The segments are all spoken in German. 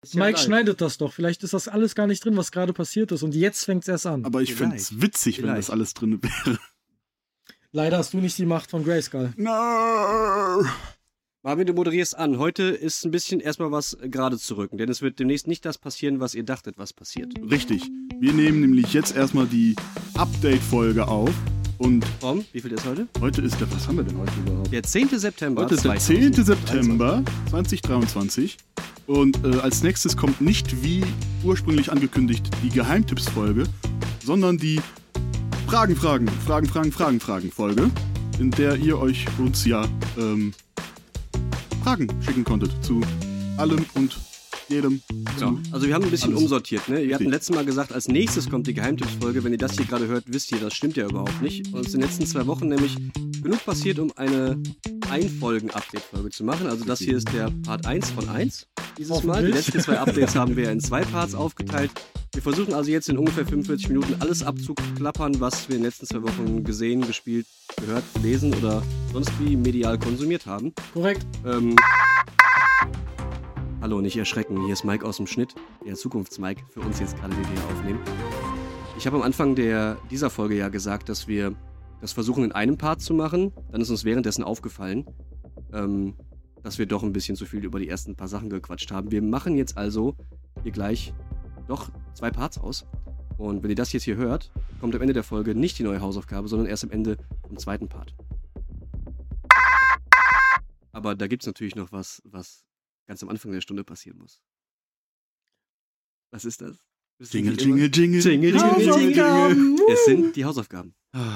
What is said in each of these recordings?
Mike schneidet das doch. Vielleicht ist das alles gar nicht drin, was gerade passiert ist. Und jetzt fängt es erst an. Aber ich fände es witzig, wenn das alles drin wäre. Leider hast du nicht die Macht von Grayskull. No. Marvin, du moderierst an. Heute ist ein bisschen erstmal was gerade zu rücken, denn es wird demnächst nicht das passieren, was ihr dachtet, was passiert. Richtig. Wir nehmen nämlich jetzt erstmal die Update-Folge auf. Und Tom, wie viel ist heute? Heute ist der, was haben wir denn heute überhaupt? Der 10. September. Heute ist der 10. September 2023. Und als nächstes kommt nicht wie ursprünglich angekündigt die Geheimtipps-Folge, sondern die Fragen-Folge, in der ihr uns ja Fragen schicken konntet zu allem und jedem. So, also wir haben ein bisschen umsortiert. Ne? Wir hatten letztes Mal gesagt, als nächstes kommt die Geheimtipps-Folge. Wenn ihr das hier gerade hört, wisst ihr, das stimmt ja überhaupt nicht. Uns in den letzten 2 Wochen nämlich genug passiert, um eine Einfolgen-Update-Folge zu machen. Also das hier ist der Part 1 von 1 dieses Mal. Die letzten 2 Updates haben wir in 2 Parts aufgeteilt. Wir versuchen also jetzt in ungefähr 45 Minuten alles abzuklappern, was wir in den letzten 2 Wochen gesehen, gespielt, gehört, gelesen oder sonst wie medial konsumiert haben. Korrekt. Hallo, nicht erschrecken, hier ist Mike aus dem Schnitt, der Zukunfts-Mike, für uns jetzt gerade, die wir hier aufnehmen. Ich habe am Anfang dieser Folge ja gesagt, dass wir das versuchen in einem Part zu machen. Dann ist uns währenddessen aufgefallen, dass wir doch ein bisschen zu viel über die ersten paar Sachen gequatscht haben. Wir machen jetzt also hier gleich doch 2 Parts aus. Und wenn ihr das jetzt hier hört, kommt am Ende der Folge nicht die neue Hausaufgabe, sondern erst am Ende vom 2. Part. Aber da gibt es natürlich noch was ganz am Anfang der Stunde passieren muss. Was ist das? Jingle, Jingle, Jingle. Jingle, Jingle, Jingle. Es sind die Hausaufgaben.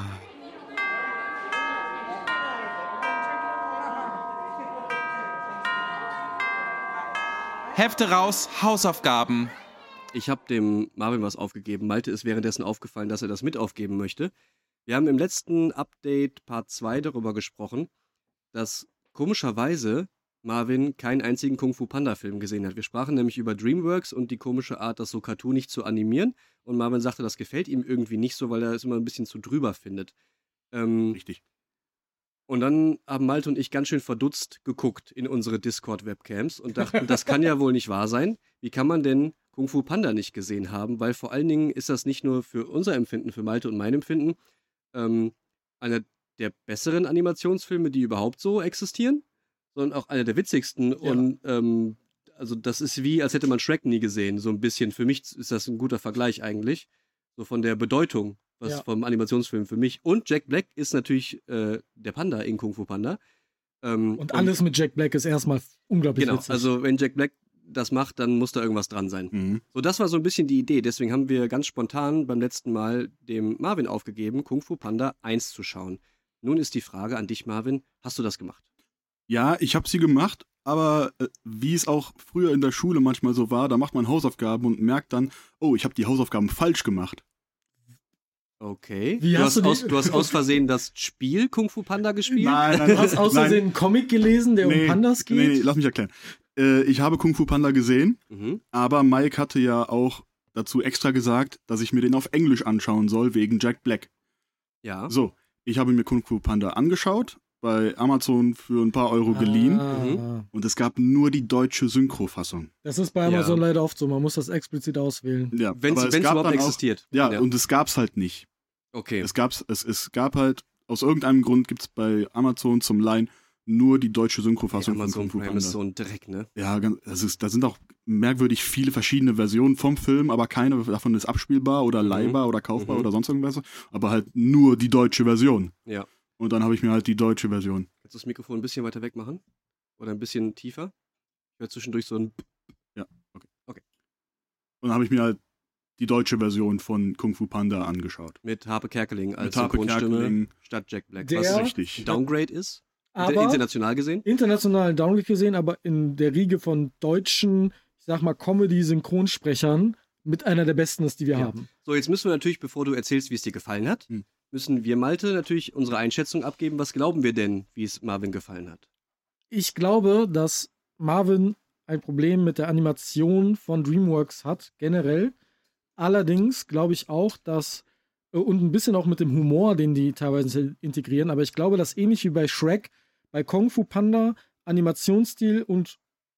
Hefte raus, Hausaufgaben. Ich habe dem Marvin was aufgegeben. Malte ist währenddessen aufgefallen, dass er das mit aufgeben möchte. Wir haben im letzten Update Part 2 darüber gesprochen, dass komischerweise Marvin keinen einzigen Kung-Fu-Panda-Film gesehen hat. Wir sprachen nämlich über DreamWorks und die komische Art, das so cartoonig zu animieren. Und Marvin sagte, das gefällt ihm irgendwie nicht so, weil er es immer ein bisschen zu drüber findet. Richtig. Und dann haben Malte und ich ganz schön verdutzt geguckt in unsere Discord-Webcams und dachten, das kann ja wohl nicht wahr sein. Wie kann man denn Kung-Fu-Panda nicht gesehen haben? Weil vor allen Dingen ist das nicht nur für unser Empfinden, für Malte und mein Empfinden, einer der besseren Animationsfilme, die überhaupt so existieren, sondern auch einer der witzigsten. Ja. Und also das ist wie, als hätte man Shrek nie gesehen. So ein bisschen. Für mich ist das ein guter Vergleich eigentlich. So von der Bedeutung vom Animationsfilm für mich. Und Jack Black ist natürlich der Panda in Kung Fu Panda. Und alles mit Jack Black ist erstmal unglaublich witzig. Genau, also wenn Jack Black das macht, dann muss da irgendwas dran sein. Mhm. So, das war so ein bisschen die Idee. Deswegen haben wir ganz spontan beim letzten Mal dem Marvin aufgegeben, Kung Fu Panda 1 zu schauen. Nun ist die Frage an dich, Marvin, hast du das gemacht? Ja, ich habe sie gemacht, aber wie es auch früher in der Schule manchmal so war, da macht man Hausaufgaben und merkt dann, oh, ich habe die Hausaufgaben falsch gemacht. Okay. Wie du hast aus Versehen das Spiel Kung Fu Panda gespielt? Nein. Du hast aus Versehen einen Comic gelesen, der um Pandas geht? Nee, lass mich erklären. Ich habe Kung Fu Panda gesehen, aber Mike hatte ja auch dazu extra gesagt, dass ich mir den auf Englisch anschauen soll, wegen Jack Black. Ja. So, ich habe mir Kung Fu Panda angeschaut, bei Amazon für ein paar Euro geliehen. Und es gab nur die deutsche Synchrofassung. Das ist bei Amazon leider oft so, man muss das explizit auswählen. Ja, wenn es überhaupt existiert. Ja, und es gab's halt nicht. Okay. Es gab halt, aus irgendeinem Grund gibt es bei Amazon zum Leihen nur die deutsche Synchrofassung von Kung Fu Panda. Prime ist so ein Dreck, ne? Ja, da sind auch merkwürdig viele verschiedene Versionen vom Film, aber keine davon ist abspielbar oder leihbar oder kaufbar oder sonst irgendwas. Aber halt nur die deutsche Version. Ja. Und dann habe ich mir halt die deutsche Version. Kannst du das Mikrofon ein bisschen weiter weg machen? Oder ein bisschen tiefer? Ich höre zwischendurch so ein... Ja, okay. Und dann habe ich mir halt die deutsche Version von Kung Fu Panda angeschaut. Mit Harpe Kerkeling als Synchronstimme statt Jack Black. Was richtig ein Downgrade ist? Aber international gesehen? International Downgrade gesehen, aber in der Riege von deutschen, ich sag mal, Comedy-Synchronsprechern mit einer der besten ist, die wir haben. So, jetzt müssen wir natürlich, bevor du erzählst, wie es dir gefallen hat, müssen wir, Malte, natürlich unsere Einschätzung abgeben. Was glauben wir denn, wie es Marvin gefallen hat? Ich glaube, dass Marvin ein Problem mit der Animation von DreamWorks hat, generell. Allerdings glaube ich auch, dass, und ein bisschen auch mit dem Humor, den die teilweise integrieren, aber ich glaube, dass ähnlich wie bei Shrek, bei Kung Fu Panda Animationsstil und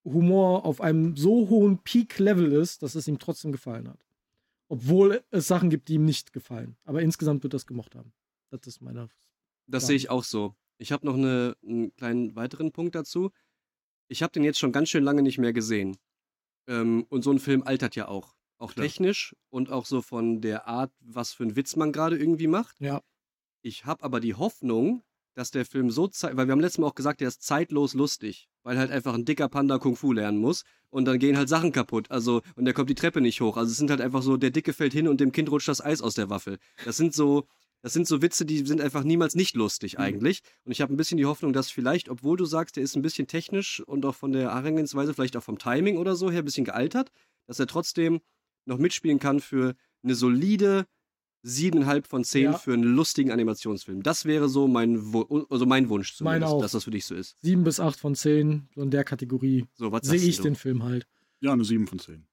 Humor auf einem so hohen Peak-Level ist, dass es ihm trotzdem gefallen hat. Obwohl es Sachen gibt, die ihm nicht gefallen. Aber insgesamt wird das gemocht haben. Das ist meine. Das sehe ich auch so. Ich habe noch einen kleinen weiteren Punkt dazu. Ich habe den jetzt schon ganz schön lange nicht mehr gesehen. Und so ein Film altert ja auch. Auch Klar. technisch und auch so von der Art, was für einen Witz man gerade irgendwie macht. Ja. Ich habe aber die Hoffnung, dass der Film weil wir haben letztes Mal auch gesagt, der ist zeitlos lustig, weil halt einfach ein dicker Panda Kung Fu lernen muss und dann gehen halt Sachen kaputt, also und der kommt die Treppe nicht hoch. Also es sind halt einfach so, der Dicke fällt hin und dem Kind rutscht das Eis aus der Waffel. Das sind so Witze, die sind einfach niemals nicht lustig eigentlich. Und ich habe ein bisschen die Hoffnung, dass vielleicht, obwohl du sagst, der ist ein bisschen technisch und auch von der Herangehensweise, vielleicht auch vom Timing oder so her ein bisschen gealtert, dass er trotzdem noch mitspielen kann für eine solide 7,5 von 10 Ja. für einen lustigen Animationsfilm. Das wäre so mein Wunsch Meine zumindest, auch. dass das für dich so ist. 7 bis 8 von 10, so in der Kategorie So, was sehe sagst ich du? den Film halt. Ja, eine 7 von 10.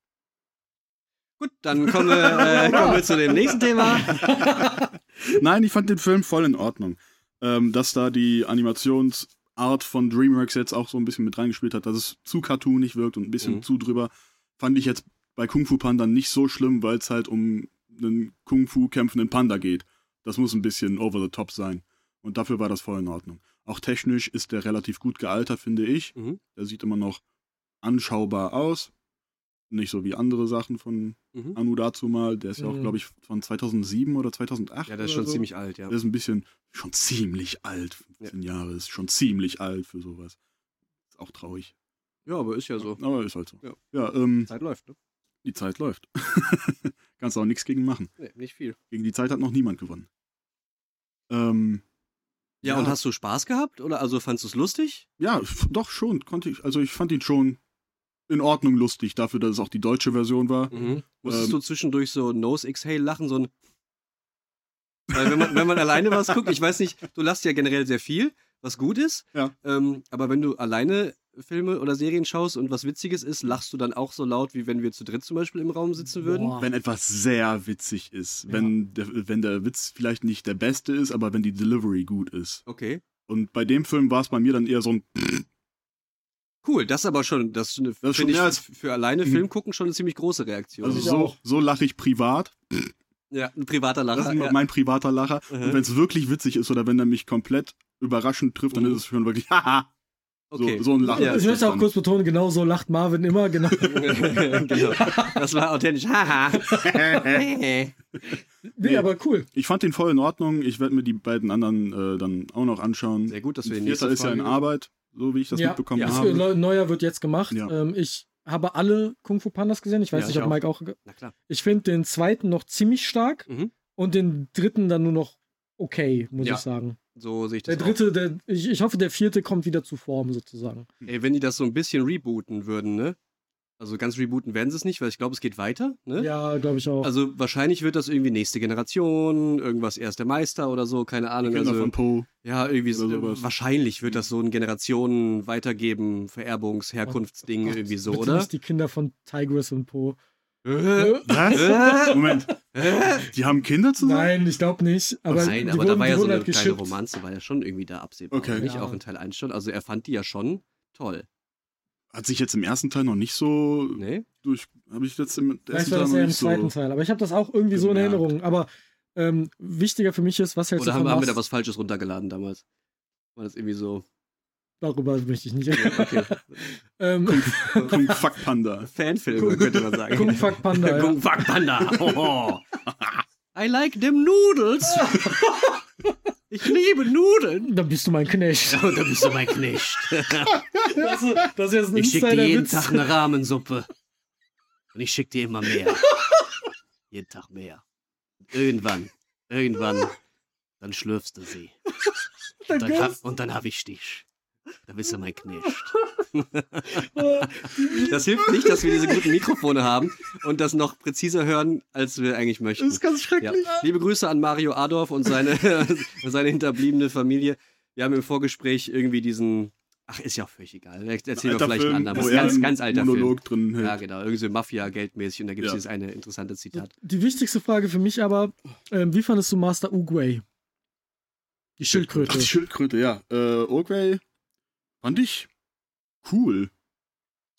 Gut, dann kommen wir zu dem nächsten Thema. Nein, ich fand den Film voll in Ordnung. Dass da die Animationsart von DreamWorks jetzt auch so ein bisschen mit reingespielt hat, dass es zu cartoonig wirkt und ein bisschen zu drüber, fand ich jetzt bei Kung Fu Panda nicht so schlimm, weil es halt um einen Kung Fu kämpfenden Panda geht. Das muss ein bisschen over the top sein. Und dafür war das voll in Ordnung. Auch technisch ist der relativ gut gealtert, finde ich. Mhm. Der sieht immer noch anschaubar aus. Nicht so wie andere Sachen von Mhm. Anu dazu mal. Der ist ja auch, Mhm. glaube ich, von 2007 oder 2008. Ja, der ist oder schon so. ziemlich alt, ja. Der ist ein bisschen, schon ziemlich alt. 15 Jahre ist schon ziemlich alt für sowas. Ist auch traurig. Ja, aber ist ja so. Aber ist halt so. Ja. Ja, Zeit läuft, ne? die Zeit läuft. Kannst auch nichts gegen machen. Nee, nicht viel. Gegen die Zeit hat noch niemand gewonnen. Ja, Ja. und hast du Spaß gehabt? Oder also fandst du es lustig? Ja, doch schon. Also ich fand ihn schon in Ordnung lustig, dafür, dass es auch die deutsche Version war. Musstest du zwischendurch so Nose Exhale lachen, so ein. Weil wenn man alleine was guckt, ich weiß nicht, du lachst ja generell sehr viel, was gut ist. Ja. Aber wenn du alleine Filme oder Serien schaust und was Witziges ist, lachst du dann auch so laut, wie wenn wir zu dritt zum Beispiel im Raum sitzen würden? Boah. Wenn etwas sehr witzig ist. Ja. Wenn der Witz vielleicht nicht der beste ist, aber wenn die Delivery gut ist. Okay. Und bei dem Film war es bei mir dann eher so ein Cool, das ist aber schon, das schon finde ich mehr als- für alleine Film gucken schon eine ziemlich große Reaktion. Also Ich so, auch. so lache ich privat. Ja, ein privater Das Lacher. ist Ja. mein privater Lacher. Mhm. Und wenn es wirklich witzig ist oder wenn er mich komplett überraschend trifft, dann Mhm. ist es schon wirklich haha. Okay. So ein Lachen. Ja, Ich ist möchte das auch dann. kurz betonen, genau so lacht Marvin immer. Genau. Genau. Das war authentisch. Haha. Nee, aber cool. Ich fand den voll in Ordnung. Ich werde mir die beiden anderen dann auch noch anschauen. Sehr gut, dass wir Ein die Vierter nächste ist ja in Folge- Arbeit, so wie ich das mitbekommen das habe. Neuer wird jetzt gemacht. Ja. Ich habe alle Kung Fu Pandas gesehen. Ich weiß Ja, nicht, ich ob auch. Mike auch. Na klar. Ich finde den zweiten noch ziemlich stark Mhm. und den dritten dann nur noch okay, muss Ja. ich sagen. So sehe ich Der das dritte, ich hoffe, der vierte kommt wieder zu Form sozusagen. auch. Ey, wenn die das so ein bisschen rebooten würden, ne? Also ganz rebooten werden sie es nicht, weil ich glaube, es geht weiter, ne? Ja, glaube ich auch. Also wahrscheinlich wird das irgendwie nächste Generation, irgendwas erst der Meister oder so, keine Ahnung. Kinder Also von Po. ja, irgendwie oder sowas. wahrscheinlich wird das so ein Generationen weitergeben, Vererbungs-, Herkunftsding Gott, irgendwie so, bitte oder? nicht die Kinder von Tigress und Po. Was? Moment. Die haben Kinder zusammen? Nein, ich glaube nicht. Aber Nein, die aber wurden, da war ja die so wurden eine halt kleine geschippt. Romanze, war ja schon irgendwie da absehbar. Okay. Oder nicht Ja. auch in Teil 1 schon. Also er fand die ja schon toll. Hat sich jetzt im ersten Teil noch nicht so Ne? habe ich jetzt im Vielleicht ersten war Teil das noch ja im nicht zweiten so. Teil. Aber ich habe das auch irgendwie so in gemerkt. Erinnerung. Aber wichtiger für mich ist, was hältst Oder du haben, von haben wir da Mas- was Falsches runtergeladen damals? War das irgendwie so. Darüber möchte ich nicht. Okay. Kung Fuck Panda. Fanfilme, könnte man sagen. Kung Fuck Panda. Ja. Kung Fuck Panda. Oh. I like them noodles. Ich liebe Nudeln. Dann bist du mein Knecht. Oh, da bist du mein Knecht. Das ist jetzt ein Ich schicke dir jeden Insider-Witz. Tag eine Rahmensuppe. Und ich schicke dir immer mehr. Jeden Tag mehr. Irgendwann, dann schlürfst du sie. Und dann hab ich dich. Da bist du mein Knecht. Das hilft nicht, dass wir diese guten Mikrofone haben und das noch präziser hören, als wir eigentlich möchten. Das ist ganz schrecklich. Ja. Liebe Grüße an Mario Adorf und seine hinterbliebene Familie. Wir haben im Vorgespräch irgendwie diesen. Ach, ist ja auch völlig egal. Erzählen wir Alter vielleicht Film, einen anderen. wo Das ist er ganz, einen ganz alter Film. Monolog drin hält. Ja, genau. Irgendwie so Mafia-geldmäßig. Und da gibt es Ja. dieses eine interessante Zitat. Die wichtigste Frage für mich aber, wie fandest du Master Oogway? Die Schildkröte. Ach, die Schildkröte, ja. Oogway fand ich cool.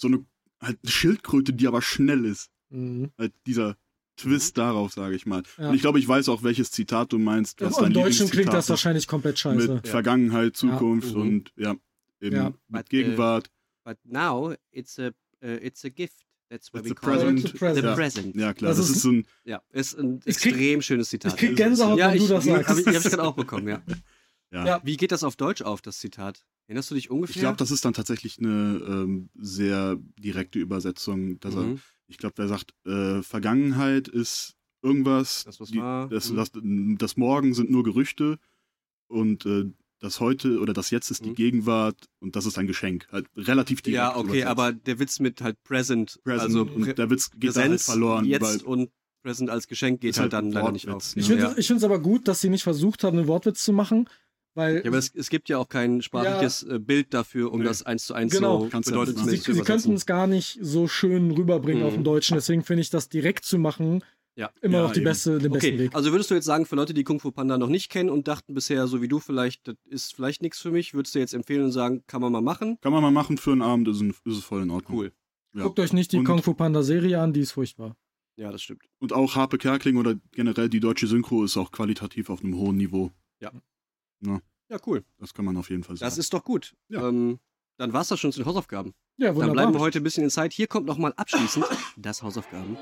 so eine Schildkröte, die aber schnell ist. Mhm. Halt dieser Twist darauf, sage ich mal. Ja. Und ich glaube, ich weiß auch, welches Zitat du meinst. Was Im dein Deutschen klingt Lieblingszitat das ist. wahrscheinlich komplett scheiße. Mit Vergangenheit, Zukunft Ja. und eben Ja. mit Gegenwart. But now it's a gift. That's what It's we a call present. it. Present. The Ja. present. Ja, klar, Das das ist- ist so ein. Ja, ist ein Ich krieg- extrem schönes Zitat. Ich krieg Gänsehaut, ja, wenn du das sagst. Hab ich gerade auch bekommen, ja. Ja. Wie geht das auf Deutsch auf, das Zitat? Erinnerst du dich ungefähr? Ich glaube, das ist dann tatsächlich eine sehr direkte Übersetzung. Dass er, ich glaube, der sagt, Vergangenheit ist irgendwas, Das, was war. das Morgen sind nur Gerüchte und das Heute oder das Jetzt ist die Gegenwart und das ist ein Geschenk. Halt relativ direkt. Ja, okay, übersetzt. aber der Witz mit halt Present, Present also und der Witz geht da halt Präsenz verloren. jetzt weil und Present als Geschenk geht ist halt halt dann ein leider nicht Wortwitz, auf. ne? Ich finde ja. es aber gut, dass sie nicht versucht haben, einen Wortwitz zu machen, weil Ja, aber es gibt ja auch kein sprachliches Bild dafür, um Nee. das 1:1 Genau. so Kannst du ja bedeutungsmäßig zu sie könnten übersetzen. es gar nicht so schön rüberbringen auf dem Deutschen. Deswegen finde ich das direkt zu machen Ja. immer Ja, noch den eben. besten Okay, Weg. also würdest du jetzt sagen, für Leute, die Kung Fu Panda noch nicht kennen und dachten bisher, so wie du vielleicht, das ist vielleicht nichts für mich, würdest du jetzt empfehlen und sagen, kann man mal machen? Kann man mal machen für einen Abend, ist es voll in Ordnung. Cool. Ja. Guckt euch nicht die Und- Kung Fu Panda Serie an, die ist furchtbar. Ja, das stimmt. Und auch Harpe Kerkeling oder generell die deutsche Synchro ist auch qualitativ auf einem hohen Niveau. Ja, cool. Das kann man auf jeden Fall sagen. Das ist doch gut. Ja. Dann war es das schon zu den Hausaufgaben. Ja, Dann wunderbar. bleiben wir heute ein bisschen in Zeit. Hier kommt nochmal abschließend das Hausaufgaben.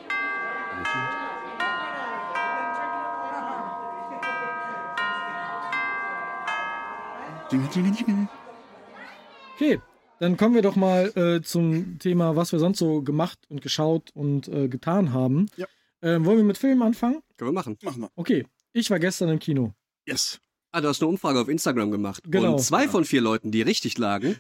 Okay, dann kommen wir doch mal zum Thema, was wir sonst so gemacht und geschaut und getan haben. Ja. Wollen wir mit Filmen anfangen? Können wir machen. Machen wir. Okay, ich war gestern im Kino. Yes. Ah, du hast eine Umfrage auf Instagram gemacht. Genau. Und 2 von 4 Leuten, die richtig lagen,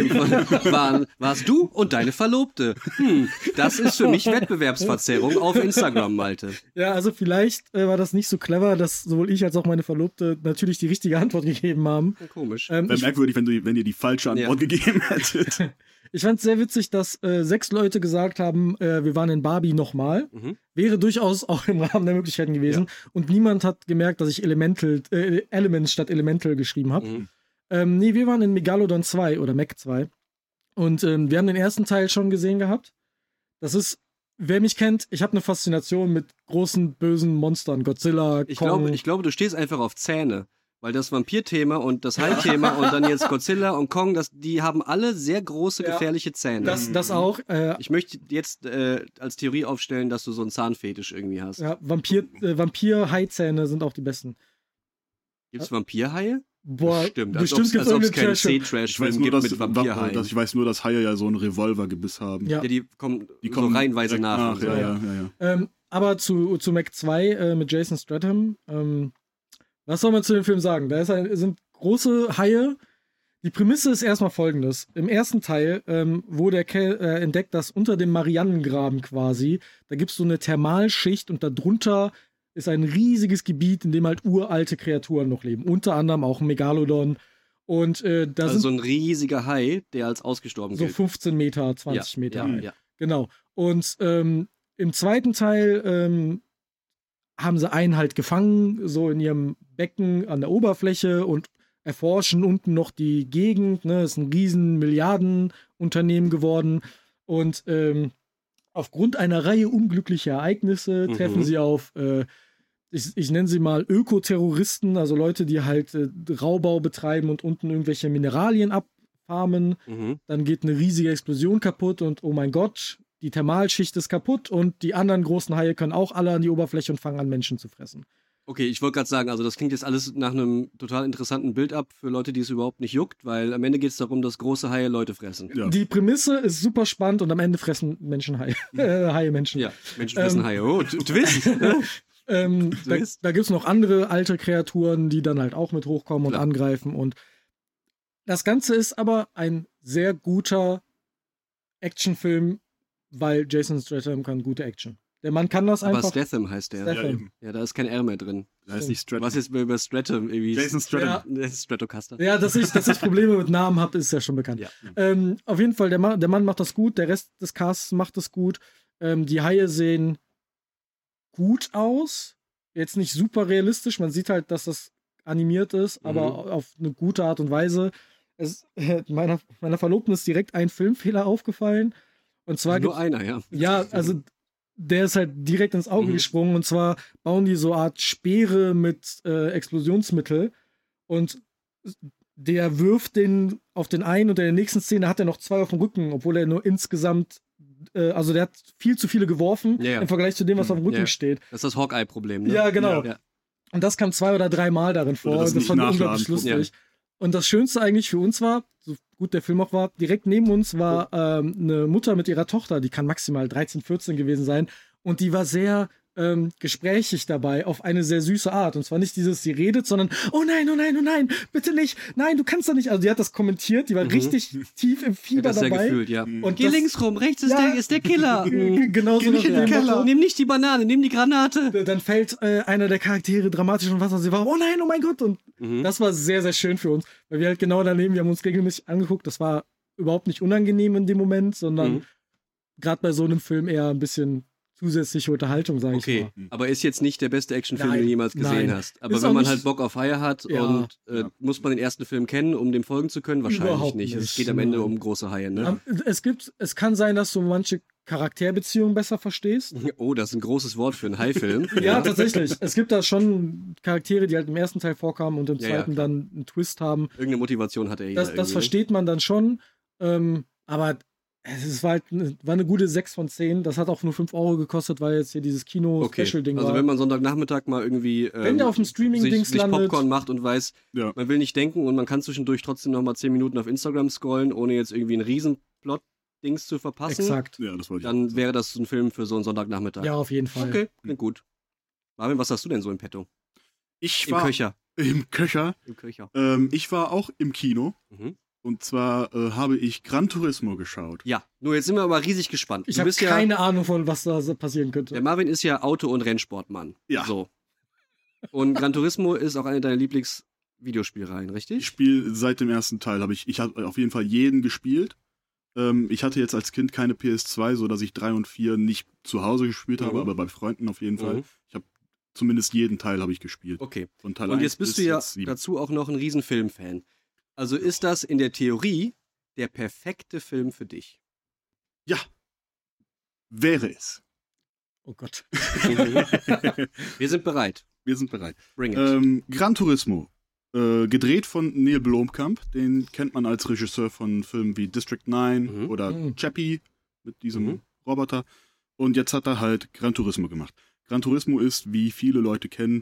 Waren warst du und deine Verlobte. Das ist für mich Wettbewerbsverzerrung auf Instagram, Malte. Ja, also vielleicht war das nicht so clever, dass sowohl ich als auch meine Verlobte natürlich die richtige Antwort gegeben haben. Komisch. Wäre Ich, merkwürdig, wenn ihr die falsche Antwort gegeben hättet. ich fand es sehr witzig, dass 6 Leute gesagt haben, wir waren in Barbie nochmal. Mhm. Wäre durchaus auch im Rahmen der Möglichkeiten gewesen. Und niemand hat gemerkt, dass ich Elements statt Elemental geschrieben habe. Mhm. Nee, wir waren in Megalodon 2 oder Mech 2. Und wir haben den ersten Teil schon gesehen gehabt. Das ist, wer mich kennt, ich habe eine Faszination mit großen, bösen Monstern. Godzilla, Ich Kong. glaube, du stehst einfach auf Zähne. Weil das Vampir-Thema und das Hai-Thema und dann jetzt Godzilla und Kong, die haben alle sehr große, Ja. gefährliche Zähne. Das auch. Ich möchte jetzt als Theorie aufstellen, dass du so einen Zahnfetisch irgendwie hast. Ja, Vampir-Haizähne sind auch die besten. Gibt es Vampirhaie? Boah, Stimmt, bestimmt als ob es keinen Trash-Show. Ich weiß C-Trash-Film nur, gibt dass, mit Vampirhaien. ich weiß nur, dass Haie ja so einen Revolvergebiss haben. Ja. Ja, die kommen Die so kommen reihenweise direkt nach. und so. Ja. Aber zu Mech 2 mit Jason Statham, was soll man zu dem Film sagen? Da sind große Haie. Die Prämisse ist erstmal folgendes. Im ersten Teil wurde entdeckt, dass unter dem Marianengraben quasi, da gibt es so eine Thermalschicht und darunter ist ein riesiges Gebiet, in dem halt uralte Kreaturen noch leben. Unter anderem auch ein Megalodon. Und da Also sind so ein riesiger Hai, der als ausgestorben so gilt. 15 Meter, 20 Meter. Ja, ja. Genau. Und im zweiten Teil haben sie einen halt gefangen, so in ihrem Becken an der Oberfläche und erforschen unten noch die Gegend. Ne? Das ist ein riesen Milliardenunternehmen geworden. Und aufgrund einer Reihe unglücklicher Ereignisse treffen sie auf, ich nenne sie mal Ökoterroristen, also Leute, die halt Raubbau betreiben und unten irgendwelche Mineralien abfarmen. Mhm. Dann geht eine riesige Explosion kaputt und oh mein Gott, die Thermalschicht ist kaputt und die anderen großen Haie können auch alle an die Oberfläche und fangen an, Menschen zu fressen. Okay, ich wollte gerade sagen, also das klingt jetzt alles nach einem total interessanten Bild ab für Leute, die es überhaupt nicht juckt, weil am Ende geht es darum, dass große Haie Leute fressen. Ja. Die Prämisse ist super spannend und am Ende fressen Menschen Haie. Haie Menschen. Ja, Menschen fressen Haie. Oh, Twist! Da gibt es noch andere alte Kreaturen, die dann halt auch mit hochkommen und Klar. angreifen. Und das Ganze ist aber ein sehr guter Actionfilm, weil Jason Statham kann gute Action. Der Mann kann das Aber einfach. Statham heißt der. Statham. Ja, eben. Ja, da ist kein R mehr drin. Da heißt nicht Stratton. Was jetzt über Stratham irgendwie. Jason Statham. Ja. Stratocaster. Ja, dass ich Probleme mit Namen habe, ist ja schon bekannt. Ja. Auf jeden Fall, der Mann macht das gut, der Rest des Casts macht das gut. Die Haie sehen gut aus. Jetzt nicht super realistisch, man sieht halt, dass das animiert ist, aber auf eine gute Art und Weise. Meiner Verlobten ist direkt ein Filmfehler aufgefallen. Und zwar Nur einer, ja. ja, also der ist halt direkt ins Auge gesprungen. Und zwar bauen die so eine Art Speere mit Explosionsmittel. Und der wirft den auf den einen und in der nächsten Szene hat er noch 2 auf dem Rücken, obwohl er nur insgesamt, also der hat viel zu viele geworfen im Vergleich zu dem, was auf dem Rücken steht. Das ist das Hawkeye-Problem, ne? Ja, genau. Ja. Und das kam 2 oder 3 Mal darin vor. das Das fand ich nicht unglaublich nachladen. lustig. Und das Schönste eigentlich für uns war, so gut der Film auch war, direkt neben uns war eine Mutter mit ihrer Tochter, die kann maximal 13, 14 gewesen sein. Und die war sehr gesprächig dabei, auf eine sehr süße Art. Und zwar nicht dieses, sie redet, sondern, oh nein, bitte nicht, nein, du kannst doch nicht. Also die hat das kommentiert, die war richtig tief im Fieber Das sehr dabei. gefühlt, ja. Und Geh das- links rum, rechts Ja. ist der Killer. Genau so Geh nicht in den Keller. Nimm nicht die Banane, nimm die Granate. Dann fällt einer der Charaktere dramatisch und was und sie war, oh nein, oh mein Gott. Und das war sehr, sehr schön für uns, weil wir halt genau daneben, wir haben uns regelmäßig angeguckt, das war überhaupt nicht unangenehm in dem Moment, sondern gerade bei so einem Film eher ein bisschen zusätzliche Unterhaltung, sage ich Okay, mal. aber ist jetzt nicht der beste Actionfilm, den du jemals gesehen Nein. hast. Aber Ist wenn auch man nicht- halt Bock auf Fire hat Ja. und muss man den ersten Film kennen, um dem folgen zu können? Wahrscheinlich Überhaupt nicht. Es nicht, geht am Ende nein. um große Haie, ne? Es kann sein, dass du manche Charakterbeziehungen besser verstehst. Oh, das ist ein großes Wort für einen Haifilm. Ja, tatsächlich. Es gibt da schon Charaktere, die halt im ersten Teil vorkamen und im Ja, zweiten klar. dann einen Twist haben. Irgendeine Motivation hat er jeder Das irgendwie, ne? versteht man dann schon. Aber es war halt war eine gute 6 von 10. Das hat auch nur 5 Euro gekostet, weil jetzt hier dieses Okay, Kino-Special-Ding also war. wenn man Sonntagnachmittag mal irgendwie Wenn der auf dem Streaming-Dings sich landet. Popcorn macht und weiß, Ja. man will nicht denken und man kann zwischendurch trotzdem noch mal 10 Minuten auf Instagram scrollen, ohne jetzt irgendwie einen Riesenplot-Dings zu verpassen, Exakt. Ja, das wollte ich dann auch wäre das ein Film für so einen Sonntagnachmittag. Ja, auf jeden Fall. Okay, klingt gut. Marvin, was hast du denn so im Petto? Ich Im war Köcher. im Köcher. Im Köcher. Ich war auch im Kino. Mhm. Und zwar habe ich Gran Turismo geschaut. Ja, nur jetzt sind wir aber riesig gespannt. Ich Du habe bist ja, keine Ahnung von, was da so passieren könnte. der Marvin ist ja Auto- und Rennsportmann. Ja. So. Und Gran Turismo ist auch eine deiner Lieblingsvideospielreihen, Ich richtig? spiele seit dem ersten Teil, ich habe auf jeden Fall jeden gespielt. Ich hatte jetzt als Kind keine PS2, so dass ich 3 und 4 nicht zu Hause gespielt habe, aber bei Freunden auf jeden Fall. Mhm. Ich habe zumindest jeden Teil habe ich gespielt. Okay. Von Teil Und 1 jetzt bist bis du ja jetzt 7. dazu auch noch ein riesen Filmfan. Also ist das in der Theorie der perfekte Film für dich? Ja. Wäre es. Oh Gott. Wir sind bereit. Wir sind bereit. Bring it. Gran Turismo. Gedreht von Neil Blomkamp. Den kennt man als Regisseur von Filmen wie District 9 Mhm. oder Mhm. Chappie mit diesem Mhm. Roboter. Und jetzt hat er halt Gran Turismo gemacht. Gran Turismo ist, wie viele Leute kennen,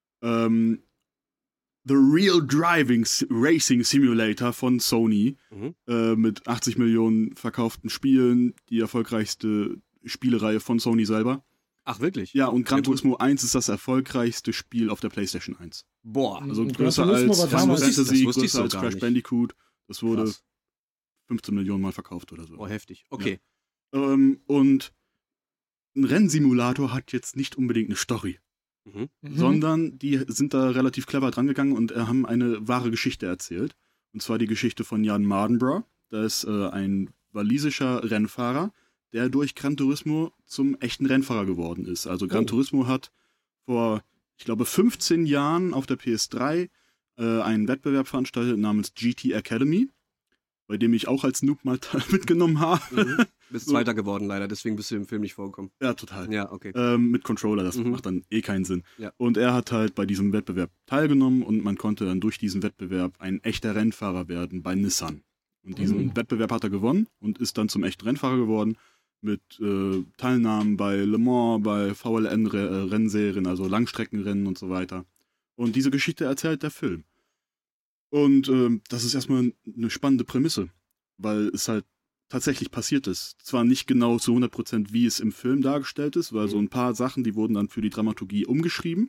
The Real Driving Racing Simulator von Sony. Mhm. Mit 80 Millionen verkauften Spielen. Die erfolgreichste Spielereihe von Sony selber. Ach, wirklich? Ja, und Gran Ja, gut. Turismo 1 ist das erfolgreichste Spiel auf der PlayStation 1. Boah. Also Und größer Gran Turismo als war Final damals- das Fantasy, wusste ich größer so als gar Crash nicht. Bandicoot. Das wurde Krass. 15 Millionen Mal verkauft oder so. Oh, heftig. Okay. Und ein Rennsimulator hat jetzt nicht unbedingt eine Story, Mhm. sondern die sind da relativ clever dran gegangen und haben eine wahre Geschichte erzählt. Und zwar die Geschichte von Jan Mardenborough. Da ist ein walisischer Rennfahrer, der durch Gran Turismo zum echten Rennfahrer geworden ist. Also Gran Oh. Turismo hat vor, ich glaube, 15 Jahren auf der PS3 einen Wettbewerb veranstaltet namens GT Academy, bei dem ich auch als Noob mal mitgenommen habe. Mhm. Bist So. Zweiter geworden leider, deswegen bist du im Film nicht vorgekommen. Ja, total. Ja, okay. Mit Controller, das Mhm. macht dann eh keinen Sinn. Ja. Und er hat halt bei diesem Wettbewerb teilgenommen und man konnte dann durch diesen Wettbewerb ein echter Rennfahrer werden bei Nissan. Und diesen Wettbewerb hat er gewonnen und ist dann zum echten Rennfahrer geworden mit Teilnahmen bei Le Mans, bei VLN-Rennserien, also Langstreckenrennen und so weiter. Und diese Geschichte erzählt der Film. Und das ist erstmal eine spannende Prämisse, weil es halt tatsächlich passiert ist. Zwar nicht genau zu 100%, wie es im Film dargestellt ist, weil so ein paar Sachen, die wurden dann für die Dramaturgie umgeschrieben.